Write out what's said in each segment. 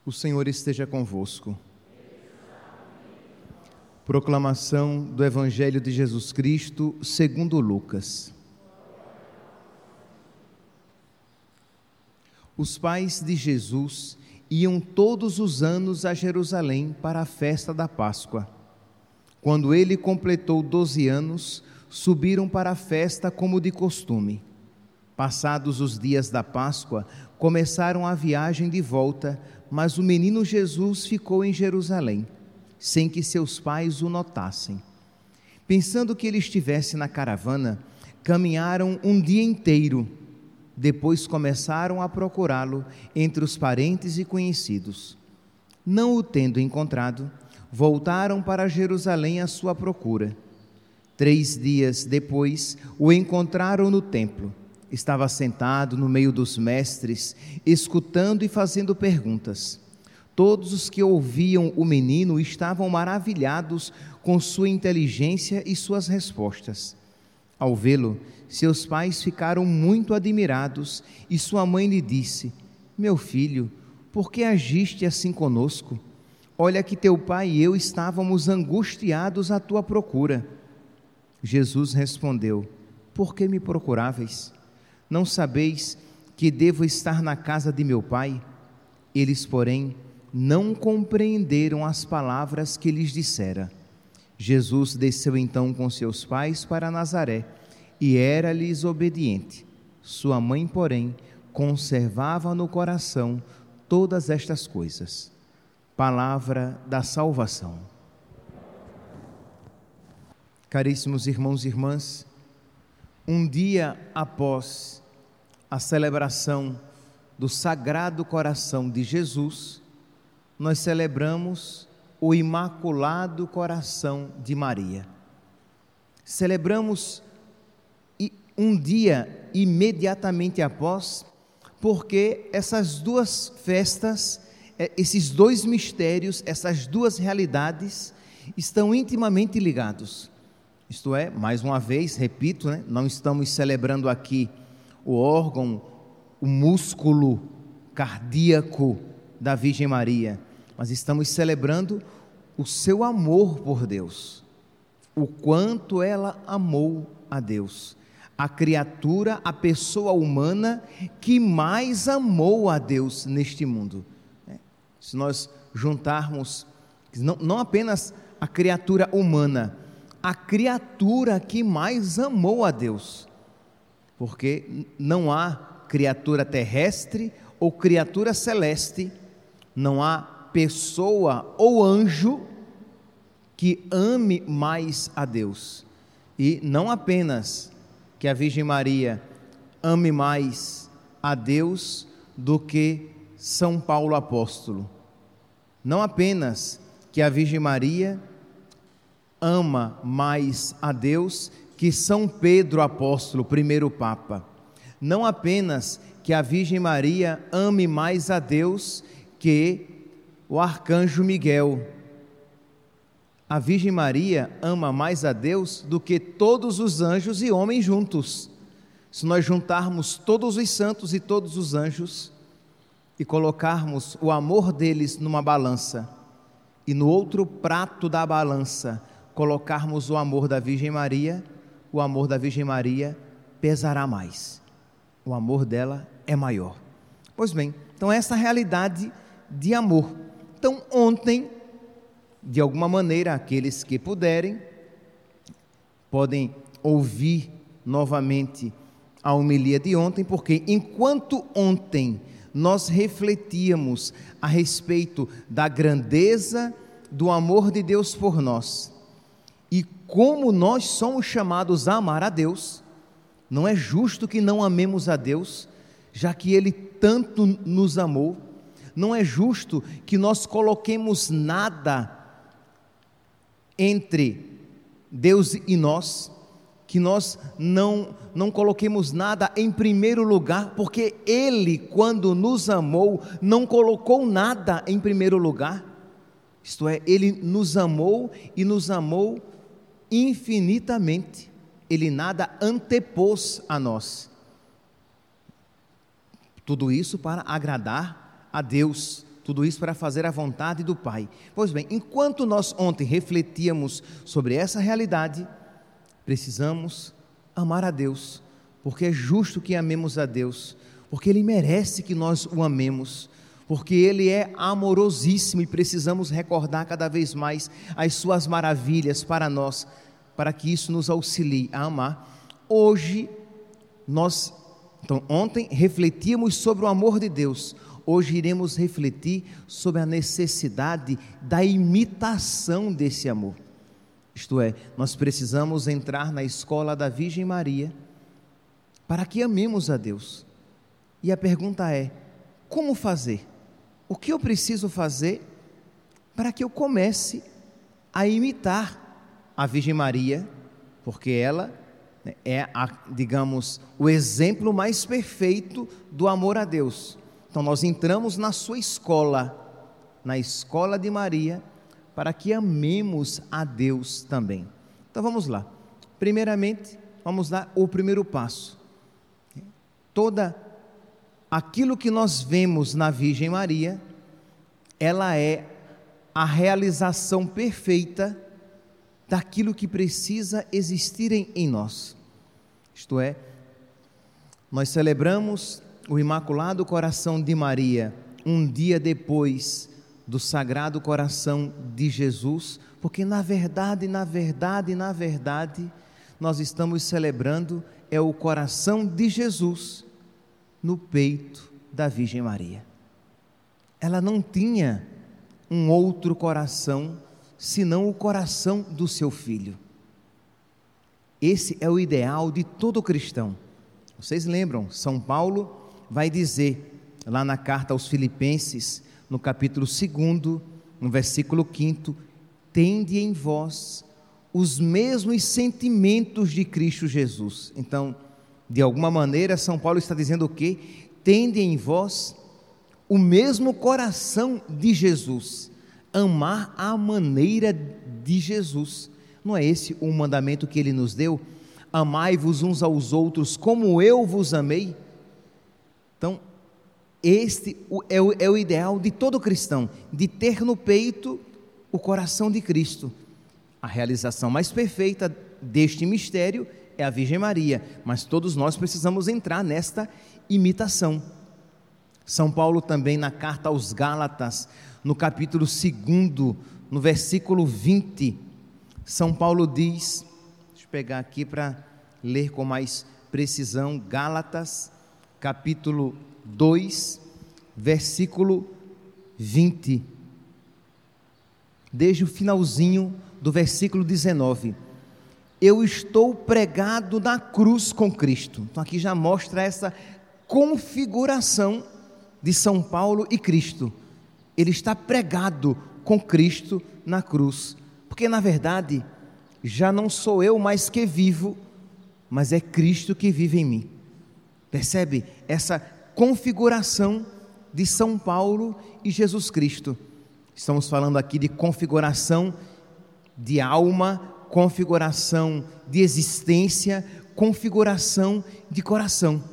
O Senhor esteja convosco. Proclamação do Evangelho de Jesus Cristo segundo Lucas. Os pais de Jesus iam todos os anos a Jerusalém para a festa da Páscoa. Quando ele completou 12 anos, subiram para a festa como de costume. Passados os dias da Páscoa, começaram a viagem de volta, mas o menino Jesus ficou em Jerusalém, sem que seus pais o notassem. Pensando que ele estivesse na caravana, caminharam um dia inteiro. Depois começaram a procurá-lo entre os parentes e conhecidos. Não o tendo encontrado, voltaram para Jerusalém à sua procura. 3 dias depois, o encontraram no templo. Estava sentado no meio dos mestres, escutando e fazendo perguntas. Todos os que ouviam o menino estavam maravilhados com sua inteligência e suas respostas. Ao vê-lo, seus pais ficaram muito admirados e sua mãe lhe disse: "Meu filho, por que agiste assim conosco? Olha que teu pai e eu estávamos angustiados à tua procura." Jesus respondeu: "Por que me procuráveis? Não sabeis que devo estar na casa de meu pai?" Eles, porém, não compreenderam as palavras que lhes dissera. Jesus desceu então com seus pais para Nazaré e era-lhes obediente. Sua mãe, porém, conservava no coração todas estas coisas. Palavra da salvação. Caríssimos irmãos e irmãs, um dia após a celebração do Sagrado Coração de Jesus, nós celebramos o Imaculado Coração de Maria. Celebramos um dia imediatamente após, porque essas duas festas, esses dois mistérios, essas duas realidades estão intimamente ligados. Isto é, mais uma vez, repito, não estamos celebrando aqui o órgão, o músculo cardíaco da Virgem Maria, mas estamos celebrando o seu amor por Deus, o quanto ela amou a Deus, a criatura, a pessoa humana que mais amou a Deus neste mundo. Se nós juntarmos, não apenas a criatura humana, a criatura que mais amou a Deus, porque não há criatura terrestre ou criatura celeste, não há pessoa ou anjo que ame mais a Deus. E não apenas que a Virgem Maria ame mais a Deus do que São Paulo apóstolo, não apenas que a Virgem Maria ama mais a Deus que São Pedro apóstolo, primeiro Papa, não apenas que a Virgem Maria ame mais a Deus que o Arcanjo Miguel. A Virgem Maria ama mais a Deus do que todos os anjos e homens juntos. Se nós juntarmos todos os santos e todos os anjos e colocarmos o amor deles numa balança e no outro prato da balança colocarmos o amor da Virgem Maria, o amor da Virgem Maria pesará mais. O amor dela é maior. Pois bem, então essa realidade de amor. Então ontem, de alguma maneira, aqueles que puderem, podem ouvir novamente a homilia de ontem, porque enquanto ontem nós refletíamos a respeito da grandeza do amor de Deus por nós, e como nós somos chamados a amar a Deus, não é justo que não amemos a Deus, já que Ele tanto nos amou. Não é justo que nós coloquemos nada entre Deus e nós, que nós não coloquemos nada em primeiro lugar, porque Ele, quando nos amou, não colocou nada em primeiro lugar. Isto é, Ele nos amou e nos amou infinitamente. Ele nada antepôs a nós. Tudo isso para agradar a Deus, Tudo isso para fazer a vontade do Pai. Pois bem, enquanto nós ontem refletíamos sobre essa realidade, precisamos amar a Deus, porque é justo que amemos a Deus, porque Ele merece que nós o amemos, porque Ele é amorosíssimo e precisamos recordar cada vez mais as suas maravilhas para nós, para que isso nos auxilie a amar. Hoje, ontem refletíamos sobre o amor de Deus, hoje iremos refletir sobre a necessidade da imitação desse amor. Isto é, nós precisamos entrar na escola da Virgem Maria para que amemos a Deus. E a pergunta é: como fazer? O que eu preciso fazer para que eu comece a imitar a Virgem Maria? Porque ela é, digamos, o exemplo mais perfeito do amor a Deus. Então nós entramos na sua escola, na escola de Maria, para que amemos a Deus também. Então vamos lá. Primeiramente, vamos dar o primeiro passo. Aquilo que nós vemos na Virgem Maria, ela é a realização perfeita daquilo que precisa existir em nós. Isto é, nós celebramos o Imaculado Coração de Maria um dia depois do Sagrado Coração de Jesus, porque na verdade, nós estamos celebrando o coração de Jesus no peito da Virgem Maria. Ela não tinha um outro coração senão o coração do seu filho. Esse é o ideal de todo cristão. Vocês lembram, São Paulo vai dizer lá na carta aos Filipenses, no capítulo 2, no versículo 5, tende em vós os mesmos sentimentos de Cristo Jesus. Então, de alguma maneira, São Paulo está dizendo o quê? Tende em vós o mesmo coração de Jesus, amar à maneira de Jesus. Não é esse o mandamento que Ele nos deu? Amai-vos uns aos outros como eu vos amei. Então, este é o ideal de todo cristão, de ter no peito o coração de Cristo. A realização mais perfeita deste mistério é a Virgem Maria, mas todos nós precisamos entrar nesta imitação. São Paulo também, na carta aos Gálatas, no capítulo 2, no versículo 20, São Paulo diz, deixa eu pegar aqui para ler com mais precisão, Gálatas, capítulo 2, versículo 20, desde o finalzinho do versículo 19, eu estou pregado na cruz com Cristo. Então aqui já mostra essa configuração de São Paulo e Cristo. Ele está pregado com Cristo na cruz, porque na verdade já não sou eu mais que vivo, mas é Cristo que vive em mim. Percebe essa configuração de São Paulo e Jesus Cristo? Estamos falando aqui de configuração de alma, configuração de existência, configuração de coração.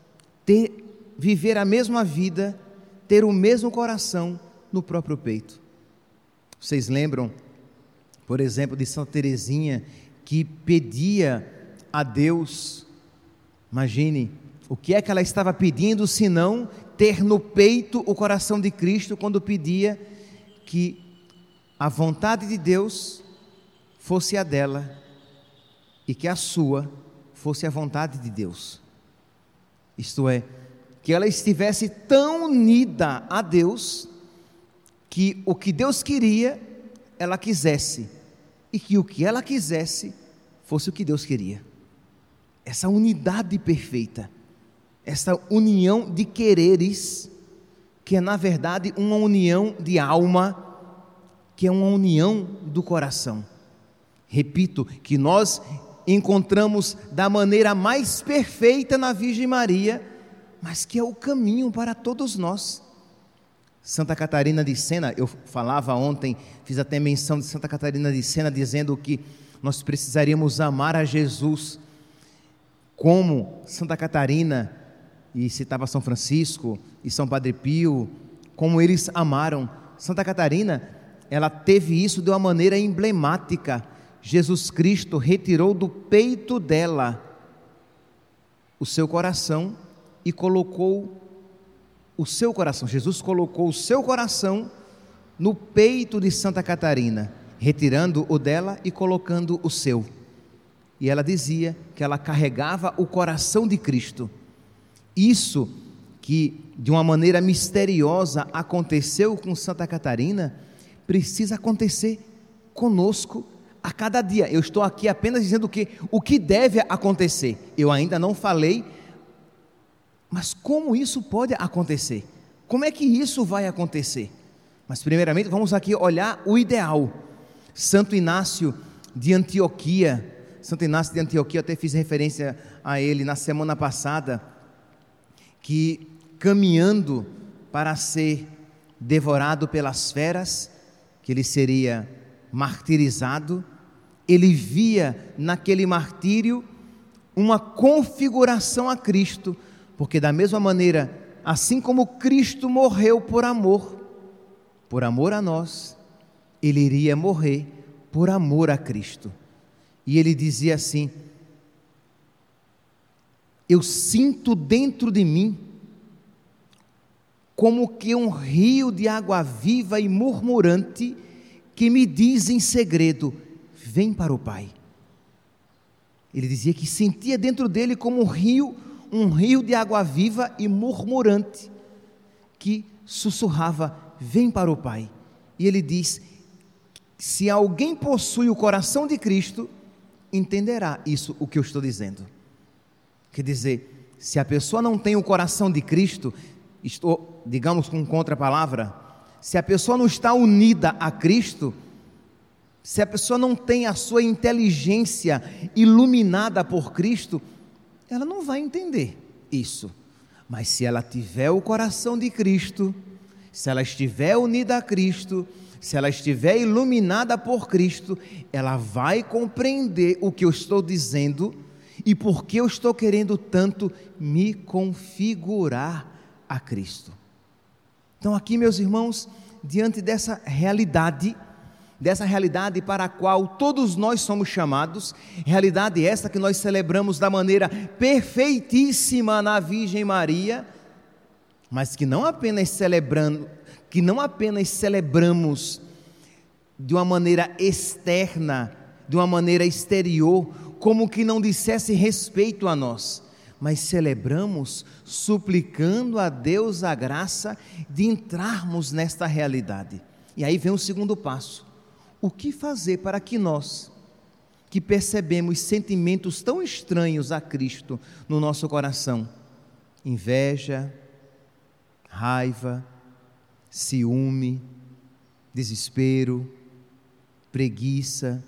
Viver a mesma vida, ter o mesmo coração no próprio peito. Vocês lembram, por exemplo, de Santa Teresinha, que pedia a Deus, imagine, o que é que ela estava pedindo, senão ter no peito o coração de Cristo, quando pedia que a vontade de Deus fosse a dela e que a sua fosse a vontade de Deus. Isto é, que ela estivesse tão unida a Deus, que o que Deus queria, ela quisesse, e que o que ela quisesse, fosse o que Deus queria. Essa unidade perfeita, essa união de quereres, que é na verdade uma união de alma, que é uma união do coração. Repito, que nós encontramos da maneira mais perfeita na Virgem Maria, mas que é o caminho para todos nós. Santa Catarina de Sena, eu falava ontem, fiz até menção de Santa Catarina de Sena, dizendo que nós precisaríamos amar a Jesus como Santa Catarina, e citava São Francisco e São Padre Pio, como eles amaram. Santa Catarina, ela teve isso de uma maneira emblemática. Jesus Cristo retirou do peito dela o seu coração e colocou o seu coração. Jesus colocou o seu coração no peito de Santa Catarina, retirando o dela e colocando o seu. E ela dizia que ela carregava o coração de Cristo. Isso que de uma maneira misteriosa aconteceu com Santa Catarina, precisa acontecer conosco a cada dia. Eu estou aqui apenas dizendo o que deve acontecer. Eu ainda não falei, mas como isso pode acontecer? Como é que isso vai acontecer? Mas primeiramente vamos aqui olhar o ideal. Santo Inácio de Antioquia, eu até fiz referência a ele na semana passada, que caminhando para ser devorado pelas feras, que ele seria martirizado, ele via naquele martírio uma configuração a Cristo, porque da mesma maneira, assim como Cristo morreu por amor a nós, ele iria morrer por amor a Cristo. E ele dizia assim: eu sinto dentro de mim como que um rio de água viva e murmurante que me diz em segredo: vem para o Pai. Ele dizia que sentia dentro dele como um rio de água viva e murmurante que sussurrava: vem para o Pai. E ele diz: se alguém possui o coração de Cristo, entenderá isso, o que eu estou dizendo. Quer dizer, se a pessoa não tem o coração de Cristo, digamos com contrapalavra, se a pessoa não está unida a Cristo, se a pessoa não tem a sua inteligência iluminada por Cristo, ela não vai entender isso. Mas se ela tiver o coração de Cristo, se ela estiver unida a Cristo, se ela estiver iluminada por Cristo, ela vai compreender o que eu estou dizendo e por que eu estou querendo tanto me configurar a Cristo. Então aqui, meus irmãos, diante dessa realidade para a qual todos nós somos chamados, realidade esta que nós celebramos da maneira perfeitíssima na Virgem Maria, mas que não apenas celebramos de uma maneira externa, de uma maneira exterior, como que não dissesse respeito a nós, mas celebramos suplicando a Deus a graça de entrarmos nesta realidade. E aí vem o segundo passo: o que fazer para que nós, que percebemos sentimentos tão estranhos a Cristo no nosso coração, inveja, raiva, ciúme, desespero, preguiça,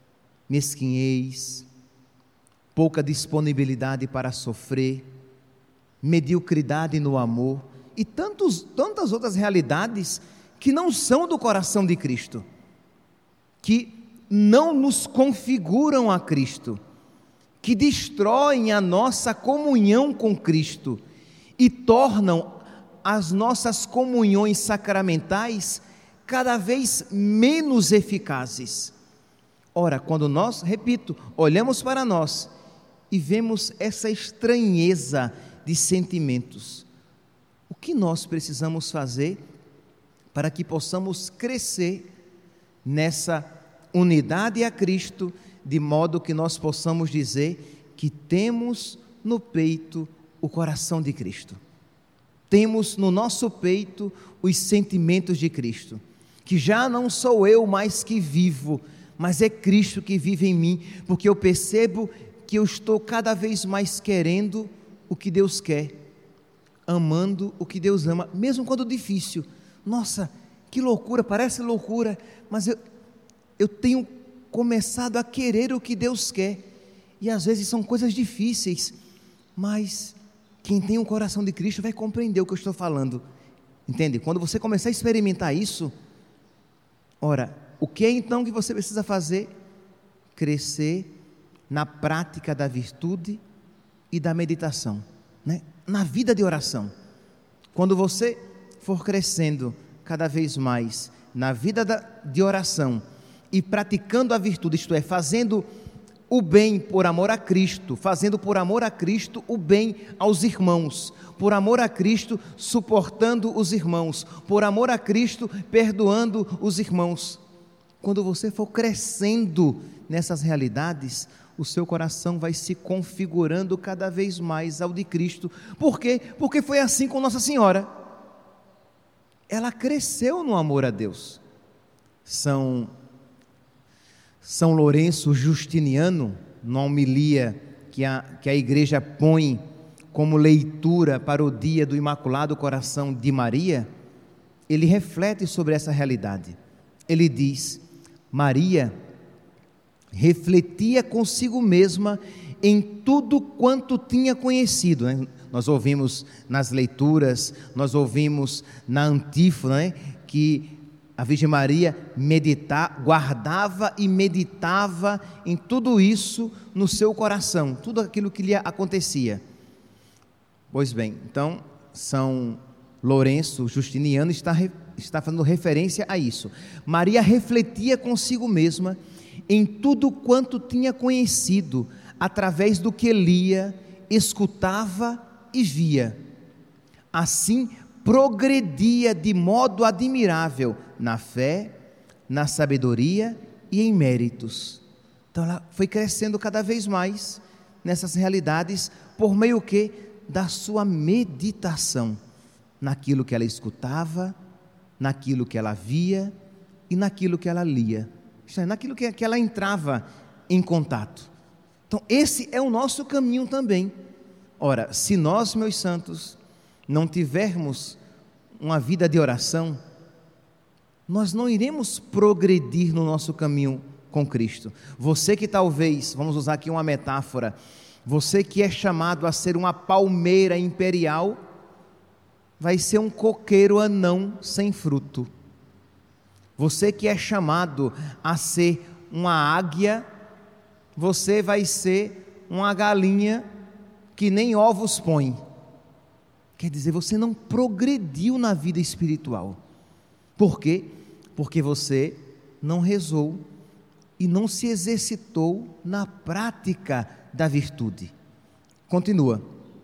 mesquinhez, pouca disponibilidade para sofrer, mediocridade no amor e tantas outras realidades que não são do coração de Cristo, que não nos configuram a Cristo, que destroem a nossa comunhão com Cristo e tornam as nossas comunhões sacramentais cada vez menos eficazes. Ora, quando nós, repito, olhamos para nós e vemos essa estranheza de sentimentos, o que nós precisamos fazer para que possamos crescer nessa unidade a Cristo, de modo que nós possamos dizer que temos no peito o coração de Cristo, temos no nosso peito os sentimentos de Cristo, que já não sou eu mais que vivo, mas é Cristo que vive em mim, porque eu percebo que eu estou cada vez mais querendo o que Deus quer, amando o que Deus ama, mesmo quando difícil. Nossa, que loucura, parece loucura, mas eu tenho começado a querer o que Deus quer, e às vezes são coisas difíceis, mas quem tem o coração de Cristo vai compreender o que eu estou falando, entende? Quando você começar a experimentar isso, ora, o que é então que você precisa fazer? Crescer na prática da virtude e da meditação, né? Na vida de oração. Quando você for crescendo cada vez mais na vida de oração e praticando a virtude, isto é, fazendo o bem por amor a Cristo, fazendo por amor a Cristo o bem aos irmãos, por amor a Cristo suportando os irmãos, por amor a Cristo perdoando os irmãos. Quando você for crescendo nessas realidades, o seu coração vai se configurando cada vez mais ao de Cristo. Por quê? Porque foi assim com Nossa Senhora. Ela cresceu no amor a Deus. São Lourenço Justiniano, numa homilia que a igreja põe como leitura para o dia do Imaculado Coração de Maria, ele reflete sobre essa realidade. Ele diz: Maria refletia consigo mesma em tudo quanto tinha conhecido, né? Nós ouvimos nas leituras, nós ouvimos na antífona, né, que a Virgem Maria guardava e meditava em tudo isso no seu coração, tudo aquilo que lhe acontecia. Pois bem, então São Lourenço Justiniano está fazendo referência a isso. Maria refletia consigo mesma em tudo quanto tinha conhecido, através do que lia, escutava e via. Assim, progredia de modo admirável na fé, na sabedoria e em méritos. Então ela foi crescendo cada vez mais nessas realidades, por meio da sua meditação, naquilo que ela escutava, naquilo que ela via e naquilo que ela lia, naquilo que ela entrava em contato. Então esse é o nosso caminho também. Ora, se nós, meus santos, não tivermos uma vida de oração, nós não iremos progredir no nosso caminho com Cristo. Você que talvez, vamos usar aqui uma metáfora, você que é chamado a ser uma palmeira imperial, vai ser um coqueiro anão sem fruto. Você que é chamado a ser uma águia, você vai ser uma galinha que nem ovos põe. Quer dizer, você não progrediu na vida espiritual. Por quê? Porque você não rezou e não se exercitou na prática da virtude. Continua.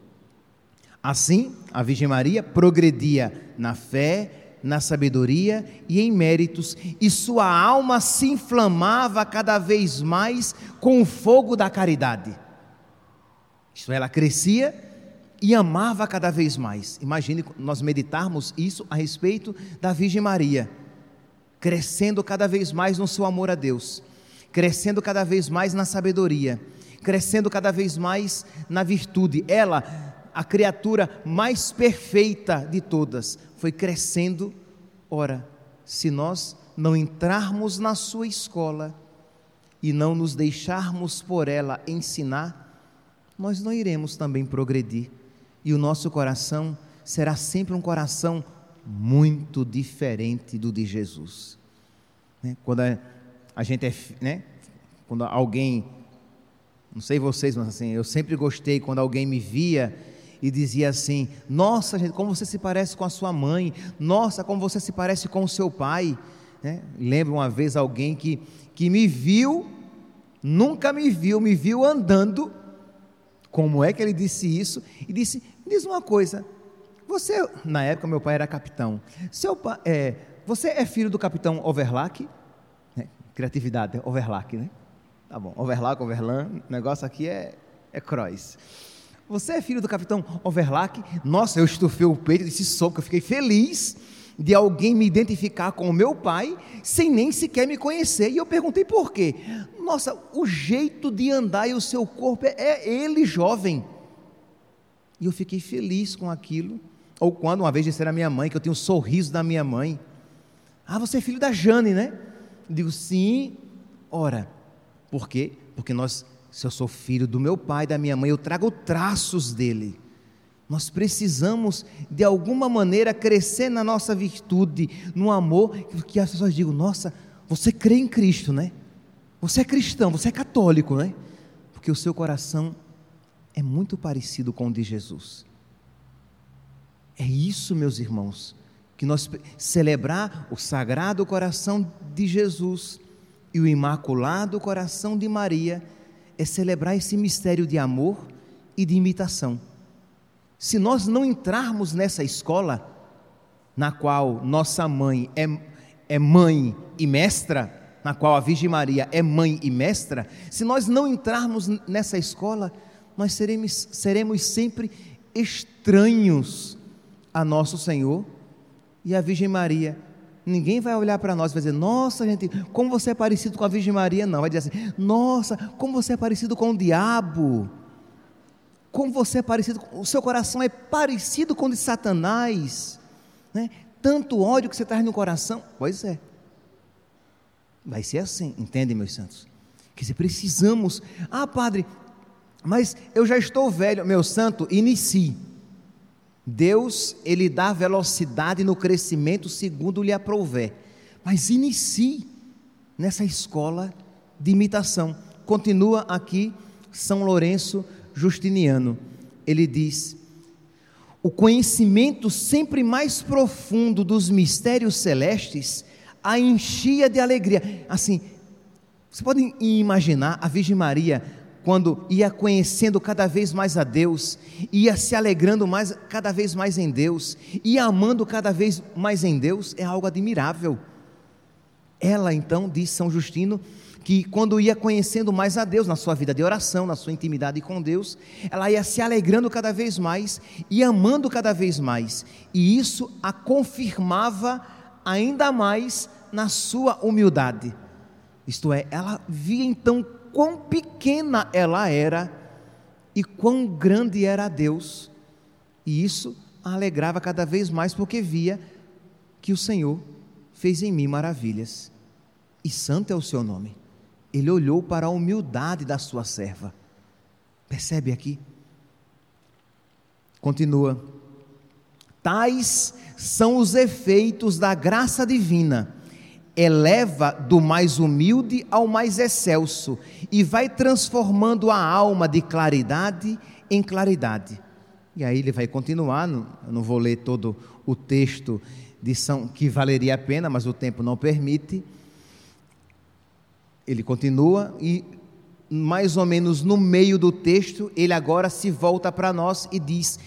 Assim, a Virgem Maria progredia na fé, na sabedoria e em méritos, e sua alma se inflamava cada vez mais com o fogo da caridade. Isto é, ela crescia e amava cada vez mais. Imagine nós meditarmos isso a respeito da Virgem Maria, crescendo cada vez mais no seu amor a Deus, crescendo cada vez mais na sabedoria, crescendo cada vez mais na virtude. Ela, a criatura mais perfeita de todas, foi crescendo. Ora, se nós não entrarmos na sua escola e não nos deixarmos por ela ensinar, nós não iremos também progredir, e o nosso coração será sempre um coração muito diferente do de Jesus, né? Quando a gente quando alguém, não sei vocês, mas assim, eu sempre gostei quando alguém me via e dizia assim: nossa, gente, como você se parece com a sua mãe, nossa, como você se parece com o seu pai, né? Lembro uma vez alguém que me viu, nunca me viu andando. Como é que ele disse isso? E disse: me diz uma coisa, você, na época meu pai era capitão, você é filho do capitão Overlack? Criatividade, Overlack, né? Tá bom, Overlack, Overland, o negócio aqui é Croix. Você é filho do capitão Overlack? Nossa, eu estufei o peito e disse: sou, porque eu fiquei feliz de alguém me identificar com o meu pai, sem nem sequer me conhecer. E eu perguntei por quê. Nossa, o jeito de andar e o seu corpo é ele jovem. E eu fiquei feliz com aquilo. Ou quando uma vez disseram a minha mãe, que eu tenho o sorriso da minha mãe: ah, você é filho da Jane, né? Eu digo: sim. Ora, por quê? Porque se eu sou filho do meu pai, da minha mãe, eu trago traços dele. Nós precisamos de alguma maneira crescer na nossa virtude, no amor, que as pessoas digam: nossa, você crê em Cristo, né? Você é cristão, você é católico, né? Porque o seu coração é muito parecido com o de Jesus. É isso, meus irmãos, que nós celebrar o Sagrado Coração de Jesus e o Imaculado Coração de Maria é celebrar esse mistério de amor e de imitação. Se nós não entrarmos nessa escola, na qual nossa mãe é mãe e mestra, na qual a Virgem Maria é mãe e mestra, se nós não entrarmos nessa escola, nós seremos sempre estranhos a nosso Senhor e a Virgem Maria. Ninguém vai olhar para nós e vai dizer: nossa, gente, como você é parecido com a Virgem Maria. Não, vai dizer assim: nossa, como você é parecido com o diabo, como você é parecido, o seu coração é parecido com o de Satanás, né? Tanto ódio que você traz no coração. Pois é, vai ser assim, entende, meus santos? Que se precisamos, padre, mas eu já estou velho. Meu santo, inicie. Deus, Ele dá velocidade no crescimento segundo lhe aprouver, mas inicie nessa escola de imitação. Continua aqui São Lourenço Justiniano, ele diz: o conhecimento sempre mais profundo dos mistérios celestes a enchia de alegria. Assim, você pode imaginar a Virgem Maria, quando ia conhecendo cada vez mais a Deus, ia se alegrando cada vez mais em Deus, ia amando cada vez mais em Deus, é algo admirável. Ela então, diz São Justino, que quando ia conhecendo mais a Deus, na sua vida de oração, na sua intimidade com Deus, ela ia se alegrando cada vez mais, e amando cada vez mais, e isso a confirmava ainda mais na sua humildade. Isto é, ela via então quão pequena ela era e quão grande era Deus, e isso a alegrava cada vez mais, porque via que o Senhor fez em mim maravilhas, e santo é o seu nome. Ele olhou para a humildade da sua serva. Percebe aqui? Continua: tais são os efeitos da graça divina, eleva do mais humilde ao mais excelso, e vai transformando a alma de claridade em claridade. E aí ele vai continuar, eu não vou ler todo o texto que valeria a pena, mas o tempo não permite. Ele continua e mais ou menos no meio do texto, ele agora se volta para nós e diz: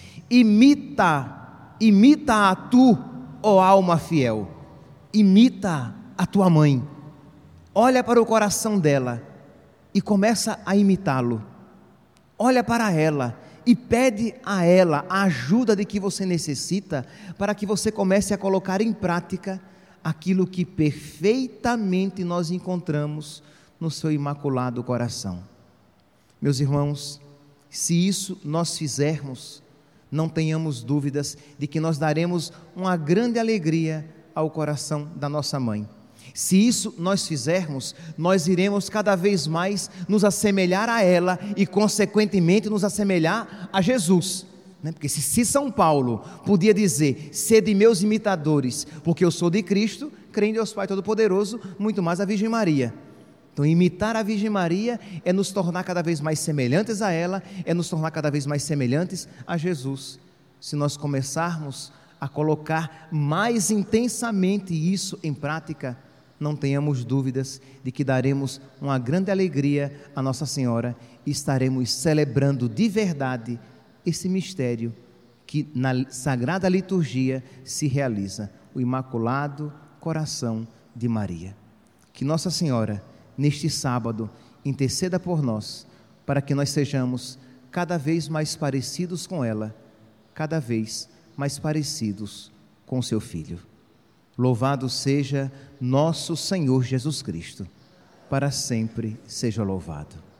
imita a tu, ó alma fiel, imita a tua mãe, olha para o coração dela e começa a imitá-lo, olha para ela e pede a ela a ajuda de que você necessita, para que você comece a colocar em prática aquilo que perfeitamente nós encontramos no seu imaculado coração. Meus irmãos, se isso nós fizermos, não tenhamos dúvidas de que nós daremos uma grande alegria ao coração da nossa mãe. Se isso nós fizermos, nós iremos cada vez mais nos assemelhar a ela e consequentemente nos assemelhar a Jesus, né? Porque se São Paulo podia dizer: sede meus imitadores, porque eu sou de Cristo, crendo em Deus Pai Todo-Poderoso, muito mais a Virgem Maria. Então, imitar a Virgem Maria é nos tornar cada vez mais semelhantes a ela, é nos tornar cada vez mais semelhantes a Jesus. Se nós começarmos a colocar mais intensamente isso em prática, não tenhamos dúvidas de que daremos uma grande alegria a Nossa Senhora e estaremos celebrando de verdade esse mistério que na Sagrada Liturgia se realiza, o Imaculado Coração de Maria. Que Nossa Senhora, neste sábado, interceda por nós, para que nós sejamos cada vez mais parecidos com ela, cada vez mais parecidos com seu Filho. Louvado seja nosso Senhor Jesus Cristo, para sempre seja louvado.